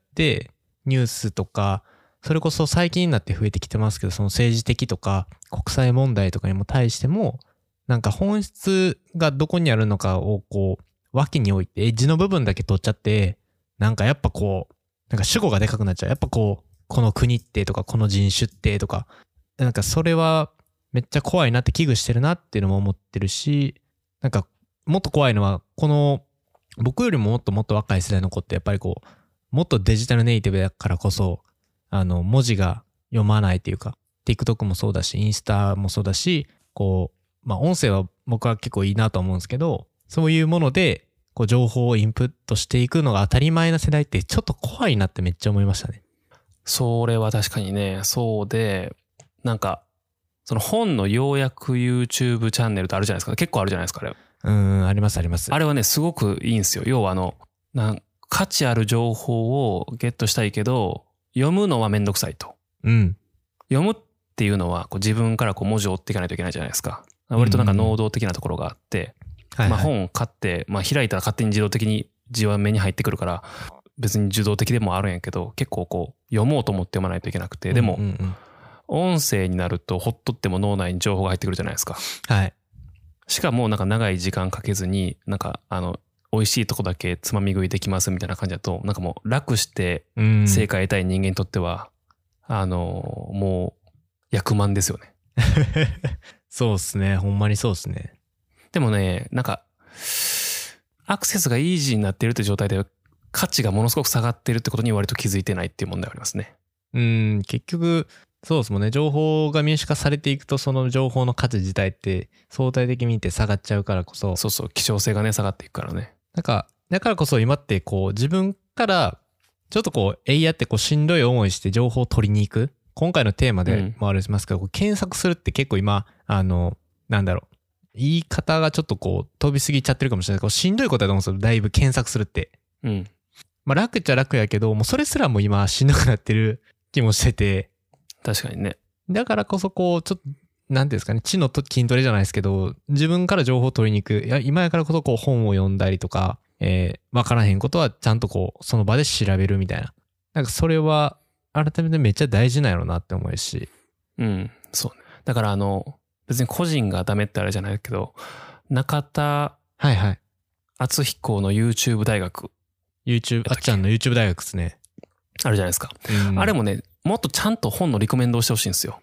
ニュースとかそれこそ最近になって増えてきてますけど、その政治的とか国際問題とかにも対してもなんか本質がどこにあるのかをこう脇に置いてエッジの部分だけ取っちゃって、なんかやっぱこうなんか主語がでかくなっちゃう。やっぱこうこの国ってとかこの人種ってとか、なんかそれはめっちゃ怖いなって危惧してるなっていうのも思ってるし、なんかもっと怖いのはこの僕よりももっと若い世代の子ってやっぱりこうもっとデジタルネイティブだからこそ文字が読まないっていうか、 TikTok もそうだしインスタもそうだし、こうまあ音声は僕は結構いいなと思うんですけど、そういうものでこう情報をインプットしていくのが当たり前な世代ってちょっと怖いなってめっちゃ思いましたね。 それは確かにね、そうで、なんかその本の要約 YouTube チャンネルってあるじゃないですか。結構あるじゃないですか、あれ。 ありますあります。 あれはねすごくいいんですよ。要は価値ある情報をゲットしたいけど読むのはめんどくさいと。読むっていうのはこう自分からこう文字を追っていかないといけないじゃないですか。割となんか能動的なところがあって、まあ本を買って、まあ開いたら勝手に自動的に字は目に入ってくるから別に受動的でもあるんやけど、結構こう読もうと思って読まないといけなくて、でも音声になるとほっとっても脳内に情報が入ってくるじゃないですか。しかもなんか長い時間かけずになんか美味しいとこだけつまみ食いできますみたいな感じだと、なんかもう楽して正解得たい人間にとってはもう役満ですよね。 そうっすね、ほんまにそうっすね。 でもね、なんかアクセスがイージーになっているという状態で価値がものすごく下がっているってことに割と気づいてないっていう問題がありますね。 結局そうですもんね。情報が民主化されていくとその情報の価値自体って相対的に見て下がっちゃうからこそ、 そうそう、希少性がね下がっていくからね。 なんかだからこそ今ってこう自分からちょっとこうやってこうしんどい思いして情報を取りに行く、今回のテーマでもありますけど、こう検索するって結構今なんだろう、言い方がちょっとこう飛びすぎちゃってるかもしれないけど、しんどいことだと思うんですよ、だいぶ検索するって。まあ楽っちゃ楽やけど、もうそれすらも今しんどくなってる気もしてて。確かにね。 だからこそこうちょっとなんていうんですかね、知の筋トレじゃないですけど、自分から情報を取りに行く、いや今やからこそこう本を読んだりとか、分からへんことはちゃんとこうその場で調べるみたいな、なんかそれは改めてめっちゃ大事なんやろなって思うし。 そうね。だから別に個人がダメってあれじゃないけど、中田敦彦の YouTube 大学、 あっちゃんの YouTube 大学ですね、 あるじゃないですか。あれもね、もっとちゃんと本のリコメンドをしてほしいんですよ。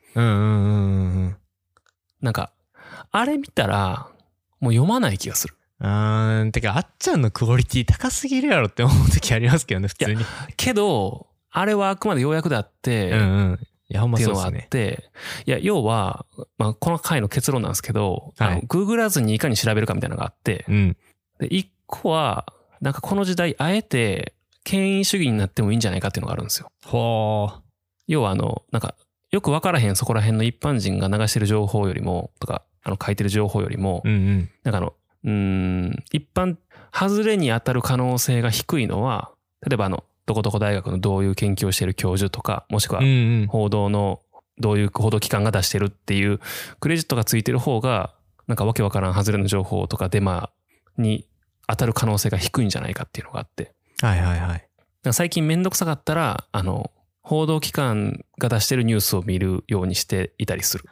なんかあれ見たらもう読まない気がする。 てかあっちゃんのクオリティ高すぎるやろって思う時ありますけどね、普通に。 けどあれはあくまで要約であって、 いやほんまそうですね。っていうのがあって、いや要は、まあ、この回の結論なんですけど、ググらずにいかに調べるかみたいなのがあって、で一個はなんかこの時代あえて権威主義になってもいいんじゃないかっていうのがあるんですよ。要はなんかよく分からへんそこら辺の一般人が流してる情報よりもとか書いてる情報よりも、なんか一般外れに当たる可能性が低いのは、例えばどこどこ大学のどういう研究をしている教授とか、もしくは報道のどういう報道機関が出してるっていうクレジットがついてる方が、なんかわけわからん外れの情報とかデマに当たる可能性が低いんじゃないかっていうのがあって、最近めんどくさかったら報道機関が出してるニュースを見るようにしていたりする。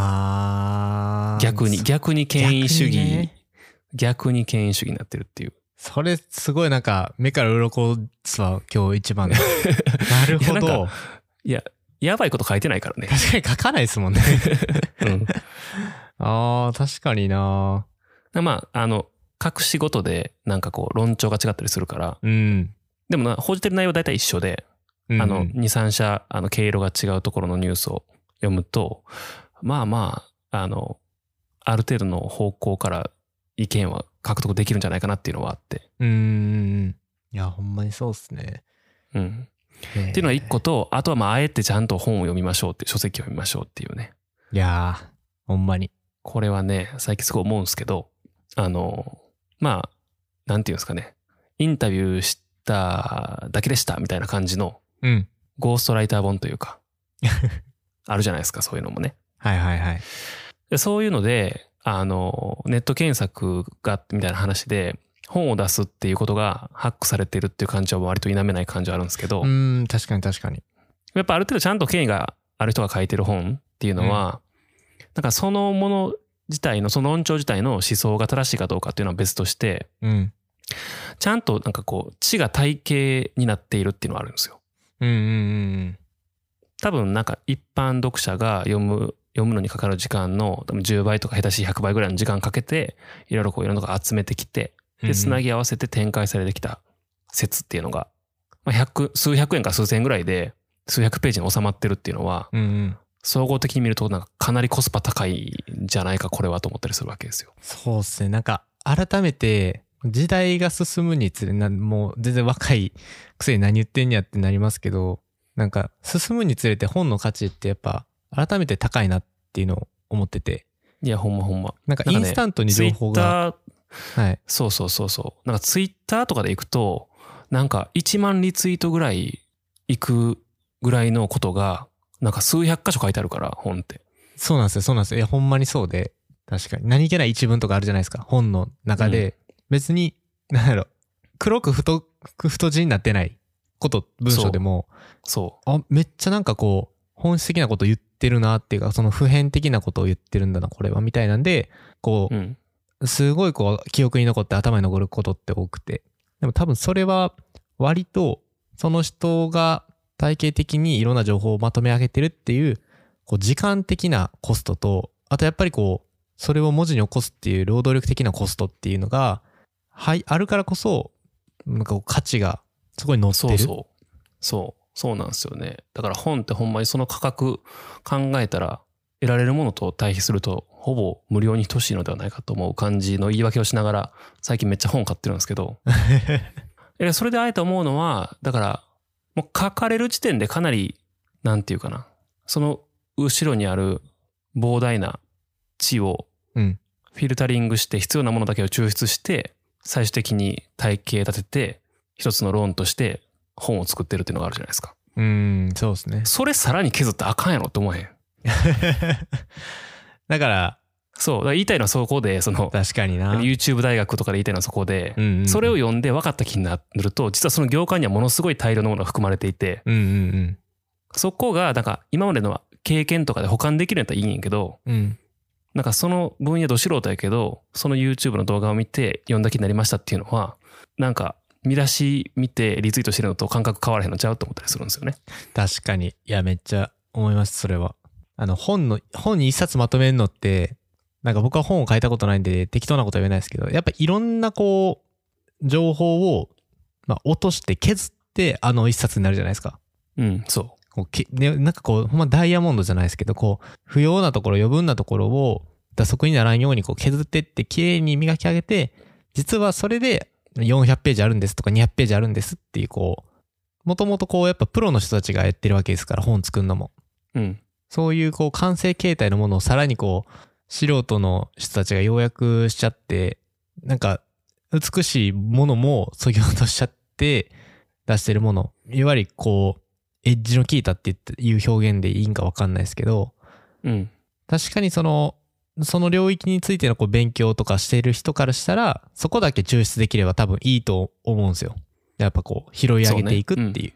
逆に権威主義、逆に権威主義になってるっていう。 それすごいなんか目から鱗ですわ、今日一番の。なるほど。 いや、やばいこと書いてないからね。 確かに書かないですもんね。 うん、 確かにな。 まあ、隠し事でなんかこう論調が違ったりするから、 うん、 でも報じてる内容は大体一緒で、2、3社経路が違うところのニュースを読むと、まあある程度の方向から意見は獲得できるんじゃないかなっていうのはあって。 いやほんまにそうっすね。 うん。っていうのが一個と、あとはまああえてちゃんと本を読みましょうって書籍を読みましょうっていうね。 いやーほんまにこれはね最近すごい思うんですけど、まあなんていうんですかね、インタビューしただけでしたみたいな感じのゴーストライター本というかあるじゃないですか、そういうのもね。 はいはいはい。 でそういうのでネット検索がみたいな話で本を出すっていうことがハックされてるっていう感じは割と否めない感じはあるんですけど、 確かに確かに。 やっぱある程度ちゃんと権威がある人が書いてる本っていうのは、なんかそのもの自体のその論調自体の思想が正しいかどうかっていうのは別として、ちゃんとなんかこう知が体系になっているっていうのはあるんですよ。多分なんか一般読者が読むのにかかる時間の多分10倍とか下手しい100倍ぐらいの時間かけていろいろこういろんなのが集めてきて、でつなぎ合わせて展開されてきた説っていうのが、数百円か数千円ぐらいで数百ページに収まってるっていうのは、総合的に見るとなんかかなりコスパ高いんじゃないかこれはと思ったりするわけですよ。 そうっすね。なんか改めて時代が進むにつれもう全然若いくせに何言ってんやってなりますけど、なんか進むにつれて本の価値ってやっぱ改めて高いなっていうのを思ってて。 いやほんまなんかインスタントに情報が、 はい、そうなんかツイッターとかで行くとなんか1万リツイートぐらい行くぐらいのことがなんか数百箇所書いてあるから本って。 そうなんですよ。いやほんまにそうで、確かに何気ない一文とかあるじゃないですか、本の中で。別になんだろう、黒く太字になってないこと文章でも、めっちゃなんかこう本質的なこと言ってるなっていうか、その普遍的なことを言ってるんだなこれはみたいなんで、こう、すごいこう記憶に残って頭に残ることって多くて、でも多分それは割とその人が体系的にいろんな情報をまとめ上げてるっていう、こう時間的なコストと、あとやっぱりこうそれを文字に起こすっていう労働力的なコストっていうのがあるからこそ、なんか価値がそこに乗ってる。 そうなんですよね。だから本ってほんまにその価格考えたら得られるものと対比するとほぼ無料に等しいのではないかと思う感じの言い訳をしながら最近めっちゃ本買ってるんですけどそれであえて思うのは、だからもう書かれる時点でかなりなんていうかな、その後ろにある膨大な知をフィルタリングして必要なものだけを抽出して最終的に体系立てて一つの論として本を作ってるっていうのがあるじゃないですか。 そうですね。 それさらに削ってあかんやろって思えへん。 だから言いたいのはそこで、その確かにな YouTube 大学とかで言いたいのはそこで、それを読んで分かった気になると、実はその業界にはものすごい大量のものが含まれていて、そこがなんか今までの経験とかで補完できるんやったらいいんやけど、なんかその分野ど素人やけどその YouTube の動画を見て読んだ気になりましたっていうのは、なんか見出し見てリツイートしてるのと感覚変わらへんのちゃうと思ったりするんですよね。 確かに。いやめっちゃ思います。それは本に一冊まとめるのって、なんか僕は本を書いたことないんで適当なことは言えないですけど、やっぱいろんなこう情報を落として削って一冊になるじゃないですか。なんかこうほんまダイヤモンドじゃないですけど、こう不要なところ余分なところを打足にならんようにこう削ってってきれいに磨き上げて、実はそれで400ページあるんですとか200ページあるんですっていう、こうもともとこうやっぱプロの人たちがやってるわけですから、本作るのも、そういうこう完成形態のものをさらにこう素人の人たちが要約しちゃって、なんか美しいものも削ぎ落としちゃって出してるもの、いわゆるこうエッジの効いたっていう表現でいいんか分かんないですけど、確かにその領域についてのこう勉強とかしている人からしたら、そこだけ抽出できれば多分いいと思うんですよ。やっぱこう拾い上げていくっていう。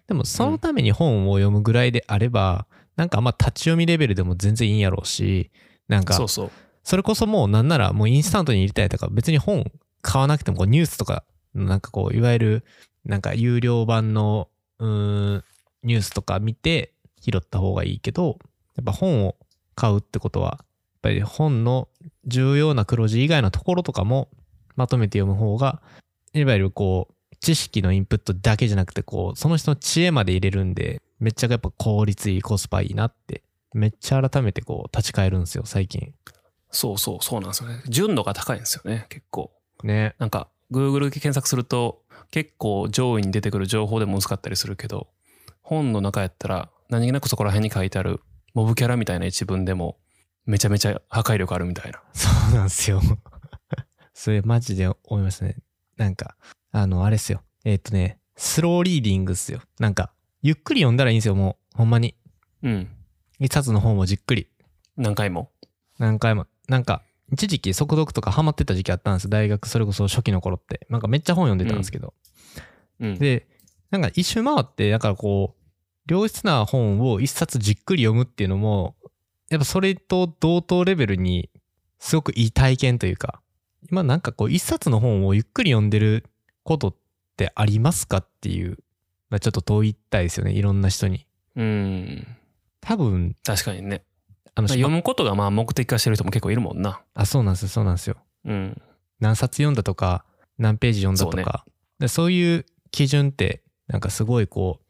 でもそのために本を読むぐらいであれば、なんか立ち読みレベルでも全然いいんやろうし、なんかそれこそもうなんならもうインスタントに入れたいとか、別に本買わなくてもニュースとか、なんかいわゆるなんか有料版のニュースとか見て拾った方がいいけど、やっぱ本を買うってことはやっぱり本の重要な黒字以外のところとかもまとめて読む方が、いわゆる知識のインプットだけじゃなくてその人の知恵まで入れるんで、めっちゃやっぱ効率いい、コスパいいなってめっちゃ改めて立ち返るんですよ最近。 そうなんですよね。純度が高いんですよね結構ね。 なんか Google で検索すると結構上位に出てくる情報でも薄かったりするけど、本の中やったら何気なくそこら辺に書いてあるモブキャラみたいな一文でもめちゃめちゃ破壊力あるみたいな。 そうなんですよそれマジで思いますね。なんかあれっすよ、スローリーディングっすよ。なんかゆっくり読んだらいいんですよ、もうほんまに。一冊の本をじっくり何回もなんか一時期速読とかハマってた時期あったんです。大学それこそ初期の頃ってなんかめっちゃ本読んでたんですけど、でなんか一周回ってだから良質な本を一冊じっくり読むっていうのもやっぱそれと同等レベルにすごくいい体験というか、今なんか一冊の本をゆっくり読んでることってありますかっていう、ちょっと問いたいですよね、いろんな人に。多分確かにね。読むことが目的化してる人も結構いるもんな。 そうなんですよ。何冊読んだとか何ページ読んだとか、そういう基準ってなんかすごい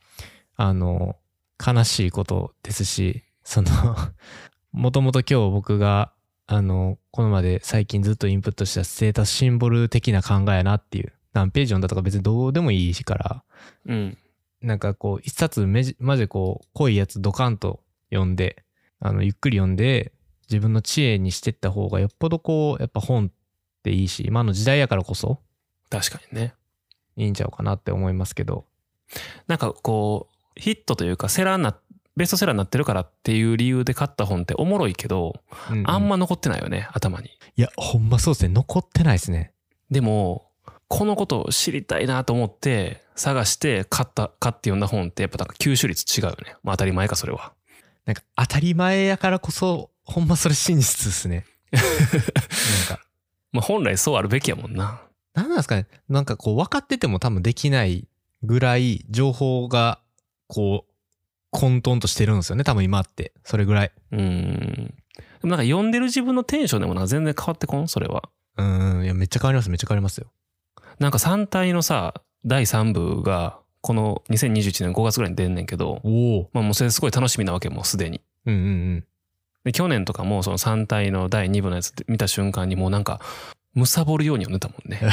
悲しいことですし、もともと今日僕がこのまで最近ずっとインプットしたステータスシンボル的な考えやなっていう、何ページ読んだとか別にどうでもいいしから、なんか一冊マジで濃いやつドカンと読んで、ゆっくり読んで自分の知恵にしてった方がよっぽどやっぱ本っていいし、今の時代やからこそ確かにねいいんちゃうかなって思いますけど、 なんかヒットというかベストセラーになってるからっていう理由で買った本っておもろいけど、あんま残ってないよね頭に。 いやほんまそうですね、残ってないですね。 でもこのことを知りたいなと思って探して買って読んだ本ってやっぱなんか吸収率違うよね。当たり前かそれは。 なんか当たり前やからこそほんまそれ真実ですねなんか本来そうあるべきやもんな。 なんなんですかね、なんか分かってても多分できないぐらい情報が混沌としてるんですよね多分今って、それぐらい。 でもなんか読んでる自分のテンションでもなんか全然変わってこんそれは。 いやめっちゃ変わります、めっちゃ変わりますよ。 なんか3体のさ第3部がこの2021年5月ぐらいに出んねんけど、もうそれすごい楽しみなわけ、もうすでに。で去年とかもその3体の第2部のやつ見た瞬間にもうなんか貪るように読んでたもんね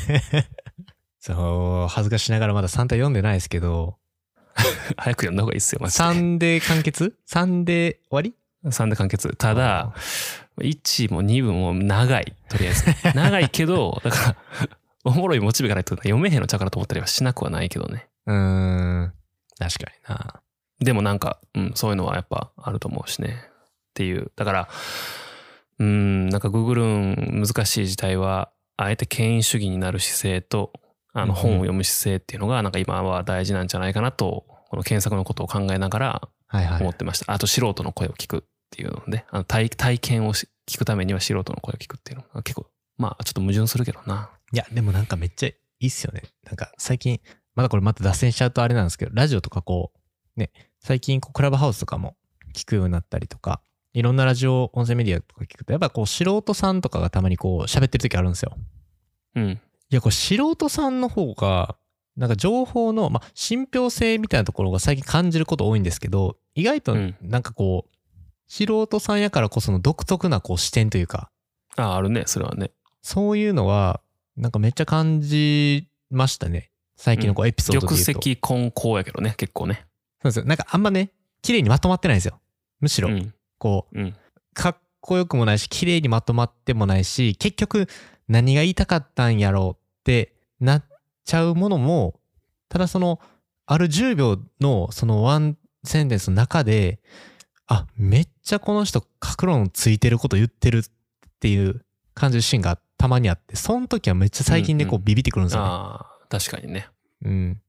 そう恥ずかしながらまだ3体読んでないですけど早く読んだ方がいいっすよマジで。 3で完結 ?3 で終わり ?3 で完結。ただ1も2部も長い、とりあえず長いけどだからおもろいモチベがないと読めへんのちゃうかなと思ったりはしなくはないけどね。 確かにな。 でもなんか、そういうのはやっぱあると思うしねっていう。だからなんかググる難しい時代はあえて権威主義になる姿勢と本を読む姿勢っていうのがなんか今は大事なんじゃないかなと、この検索のことを考えながら思ってました。あと素人の声を聞くっていうので、体験を聞くためには素人の声を聞くっていうのは結構ちょっと矛盾するけどな。 いやでもなんかめっちゃいいっすよね。なんか最近また脱線しちゃうとあれなんですけど、ラジオとか最近クラブハウスとかも聞くようになったりとか、いろんなラジオ音声メディアとか聞くとやっぱ素人さんとかがたまに喋ってる時あるんですよ。いや素人さんの方がなんか情報の信憑性みたいなところが最近感じること多いんですけど、意外となんか素人さんやからこその独特な視点というか、 あるねそれはね。 そういうのはなんかめっちゃ感じましたね最近のエピソードで言うと。 玉石混交やけどね結構ね。 そうですよ。なんかあんまね綺麗にまとまってないんですよ。むしろかっこよくもないし綺麗にまとまってもないし、結局何が言いたかったんやろうってなっちゃうものも、ただある10秒のワンセンテンスの中で、めっちゃこの人格論ついてること言ってるっていう感じるシーンがたまにあって、その時はめっちゃ最近でビビってくるんですよね。 確かにね。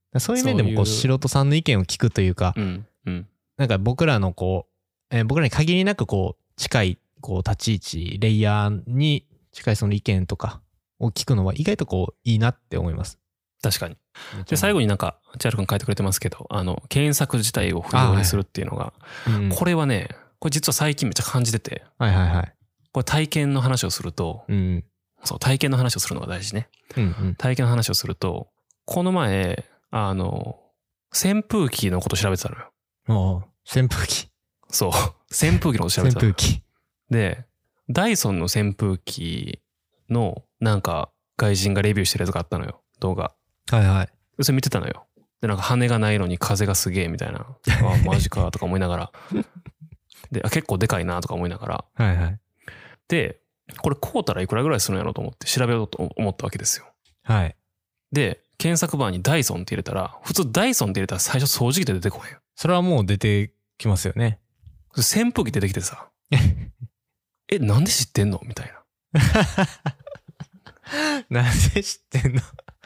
そういう面でもこう素人さんの意見を聞くというか、なんか僕らのこう、僕らに限りなくこう近いこう立ち位置、レイヤーに近いその意見とかを聞くのは意外とこういいなって思います。 確かに。で、最後になんか、チャール君書いてくれてますけど、検索自体を不要にするっていうのが、これはね、これ実は最近めっちゃ感じてて、これ体験の話をすると、そう、体験の話をするのが大事ね。体験の話をすると、この前、扇風機のこと調べてたのよ。 扇風機。 そう。扇風機のこと調べてたの。 扇風機。 で、ダイソンの扇風機のなんか外人がレビューしてるやつがあったのよ。動画。それ見てたのよ。で、なんか羽がないのに風がすげえみたいな。あ、マジかとか思いながら。で、結構でかいなとか思いながら。で、これ買うたらいくらぐらいするんやろうと思って調べようと思ったわけですよ。で、検索バーにダイソンって入れたら、普通ダイソンって入れたら最初掃除機って出てこへん。 それはもう出てきますよね。 扇風機出てきてさ。なんで知ってんのみたいな。なんで知ってんの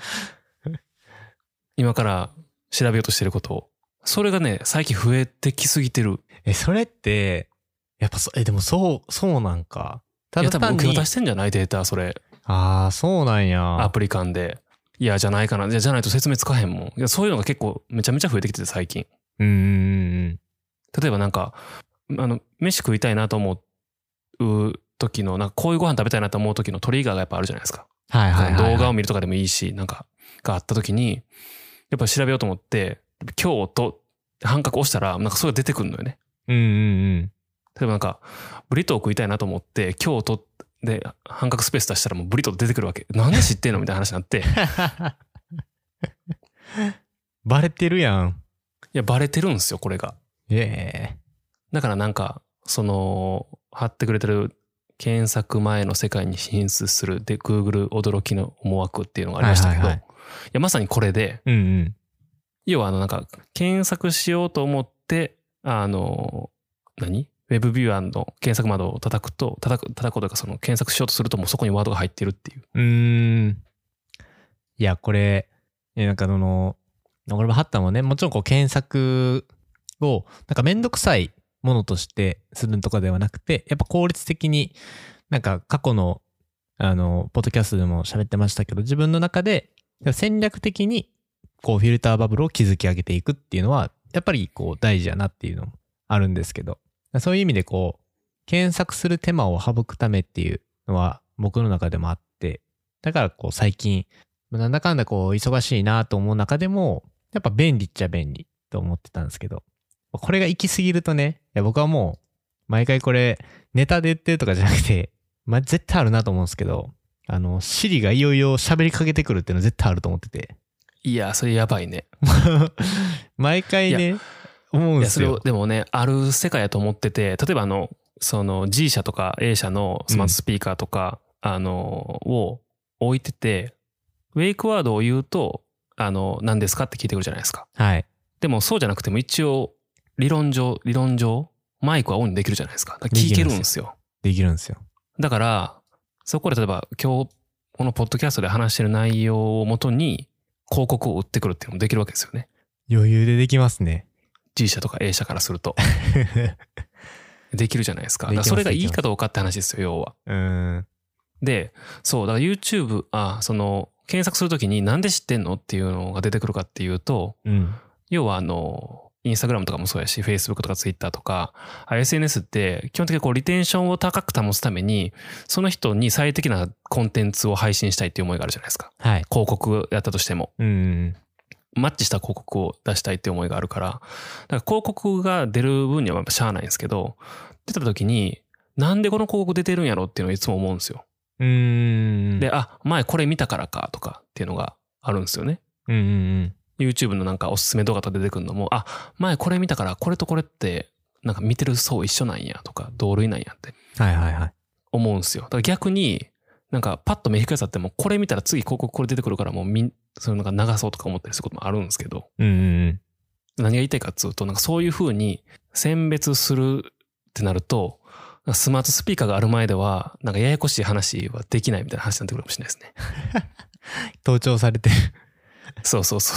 今から調べようとしてることを。それがね、最近増えてきすぎてる。 それって、やっぱでもそうなんか。 いや、多分受け渡してんじゃないデータ、それ。 そうなんや。 アプリ間で。いや、じゃないかな。じゃないと説明つかへんもん。いや、そういうのが結構めちゃめちゃ増えてきてて、最近。例えばなんか、飯食いたいなと思う時の、なんかこういうご飯食べたいなと思う時のトリガーがやっぱあるじゃないですか。動画を見るとかでもいいし、なんか、があった時に、やっぱ調べようと思って、京都半角押したら、なんかそれが出てくるのよね。例えばなんか、ブリトー食いたいなと思って、京都で半角スペース出したらもうブリトー出てくるわけ。なんで知ってんのみたいな話になって。 バレてるやん。 いや、バレてるんですよ、これが。だからなんか、貼ってくれてる検索前の世界に進出するで、Google 驚きの思惑っていうのがありましたけど、いや、まさにこれで、要はなんか、検索しようと思って、ウェブビューアーの検索窓を叩くことが検索しようとするともうそこにワードが入ってるっていう。 いや、これ、なんか俺も貼ったのもね、もちろんこう検索を、なんかめんどくさいものとしてするとかではなくて、やっぱ効率的に、なんか過去の、ポッドキャストでも喋ってましたけど、自分の中で戦略的に、こうフィルターバブルを築き上げていくっていうのは、やっぱりこう大事やなっていうのもあるんですけど、そういう意味でこう、検索する手間を省くためっていうのは僕の中でもあって、だからこう最近、なんだかんだこう忙しいなと思う中でも、やっぱ便利っちゃ便利と思ってたんですけど、これが行き過ぎるとね、いや僕はもう、毎回これネタで言ってるとかじゃなくて、絶対あるなと思うんですけど、シリがいよいよ喋りかけてくるっていうのは絶対あると思ってて。 いや、それやばいね。 毎回ね、思うんですよ。 いや、それでもね、ある世界やと思ってて、例えばG 社とか A 社のスマートスピーカーとか、を置いてて、ウェイクワードを言うと、何ですかって聞いてくるじゃないですか。でもそうじゃなくても一応、理論上、マイクはオンにできるじゃないですか。聞けるんですよ。 できるんですよ。 だから、そこで例えば今日、このポッドキャストで話してる内容をもとに、広告を売ってくるっていうのもできるわけですよね。 余裕でできますね。 G 社とか A 社からすると。できるじゃないですか。だからそれがいいかどうかって話ですよ、要は。で、そう、だから YouTube、検索するときになんで知ってんのっていうのが出てくるかっていうと、要はインスタグラムとかもそうやし、Facebook とか Twitter とか、SNS って基本的にこうリテンションを高く保つために、その人に最適なコンテンツを配信したいっていう思いがあるじゃないですか。広告やったとしても。マッチした広告を出したいっていう思いがあるから、だから広告が出る分にはやっぱしゃあないんですけど、出た時に、なんでこの広告出てるんやろっていうのをいつも思うんですよ。で、前これ見たからかとかっていうのがあるんですよね。YouTube のなんかおすすめ動画とか出てくるのも、前これ見たからこれとこれってなんか見てる層一緒なんやとか同類なんやって思うんですよ。だから逆になんかパッと目引くやつあってもこれ見たら次広告これ出てくるからもうそれなんか流そうとか思ったりすることもあるんですけど、何が言いたいかっつうとなんかそういう風に選別するってなるとスマートスピーカーがある前ではなんかややこしい話はできないみたいな話になってくるかもしれないですね。 盗聴されてる。 そう。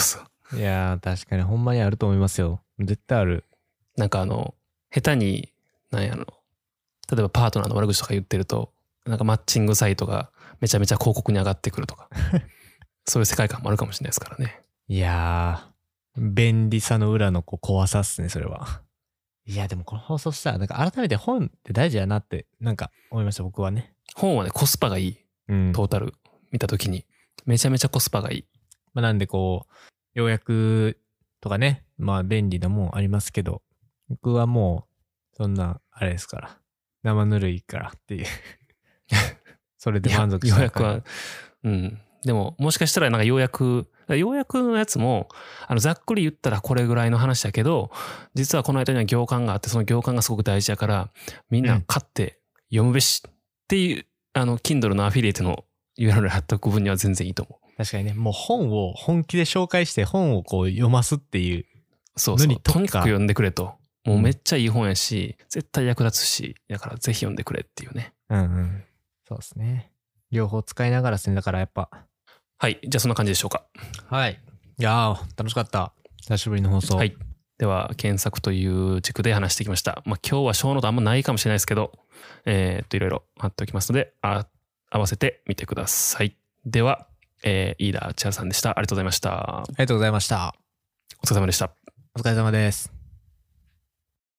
いやー、確かにほんまにあると思いますよ。絶対ある。 なんか下手に、なんやろ、例えばパートナーの悪口とか言ってると、なんかマッチングサイトがめちゃめちゃ広告に上がってくるとか、そういう世界観もあるかもしれないですからね。 いやー、便利さの裏の怖さっすね、それは。いや、でもこの放送さ、なんか改めて本って大事やなって、なんか思いました、僕はね。 本はね、コスパがいい。 うん。 トータル見たときに。めちゃめちゃコスパがいい。 まあ、なんで要約とかね、まあ便利なもんありますけど、僕はもう、そんな、あれですから。生ぬるいからっていう。それで満足した要約は、うん。でも、もしかしたらなんか要約のやつも、ざっくり言ったらこれぐらいの話だけど、実はこの間には行間があって、その行間がすごく大事だから、みんな買って読むべしっていう、Kindle のアフィリエイトの URL 貼っとく分には全然いいと思う。 確かにね、もう本を本気で紹介して本を読ますっていう。 そうそう。とにかく読んでくれと。もうめっちゃいい本やし、絶対役立つし、だからぜひ読んでくれっていうね。 うんうん。そうですね。両方使いながらですね。だからやっぱ。 はい。じゃあそんな感じでしょうか。 はい。いやー、楽しかった。久しぶりの放送。 はい。では、検索という軸で話してきました。まあ今日は小ノートあんまないかもしれないですけど、いろいろ貼っておきますので、合わせてみてください。では、飯田千春さんでした。ありがとうございました。 ありがとうございました。 お疲れ様でした。 お疲れ様です。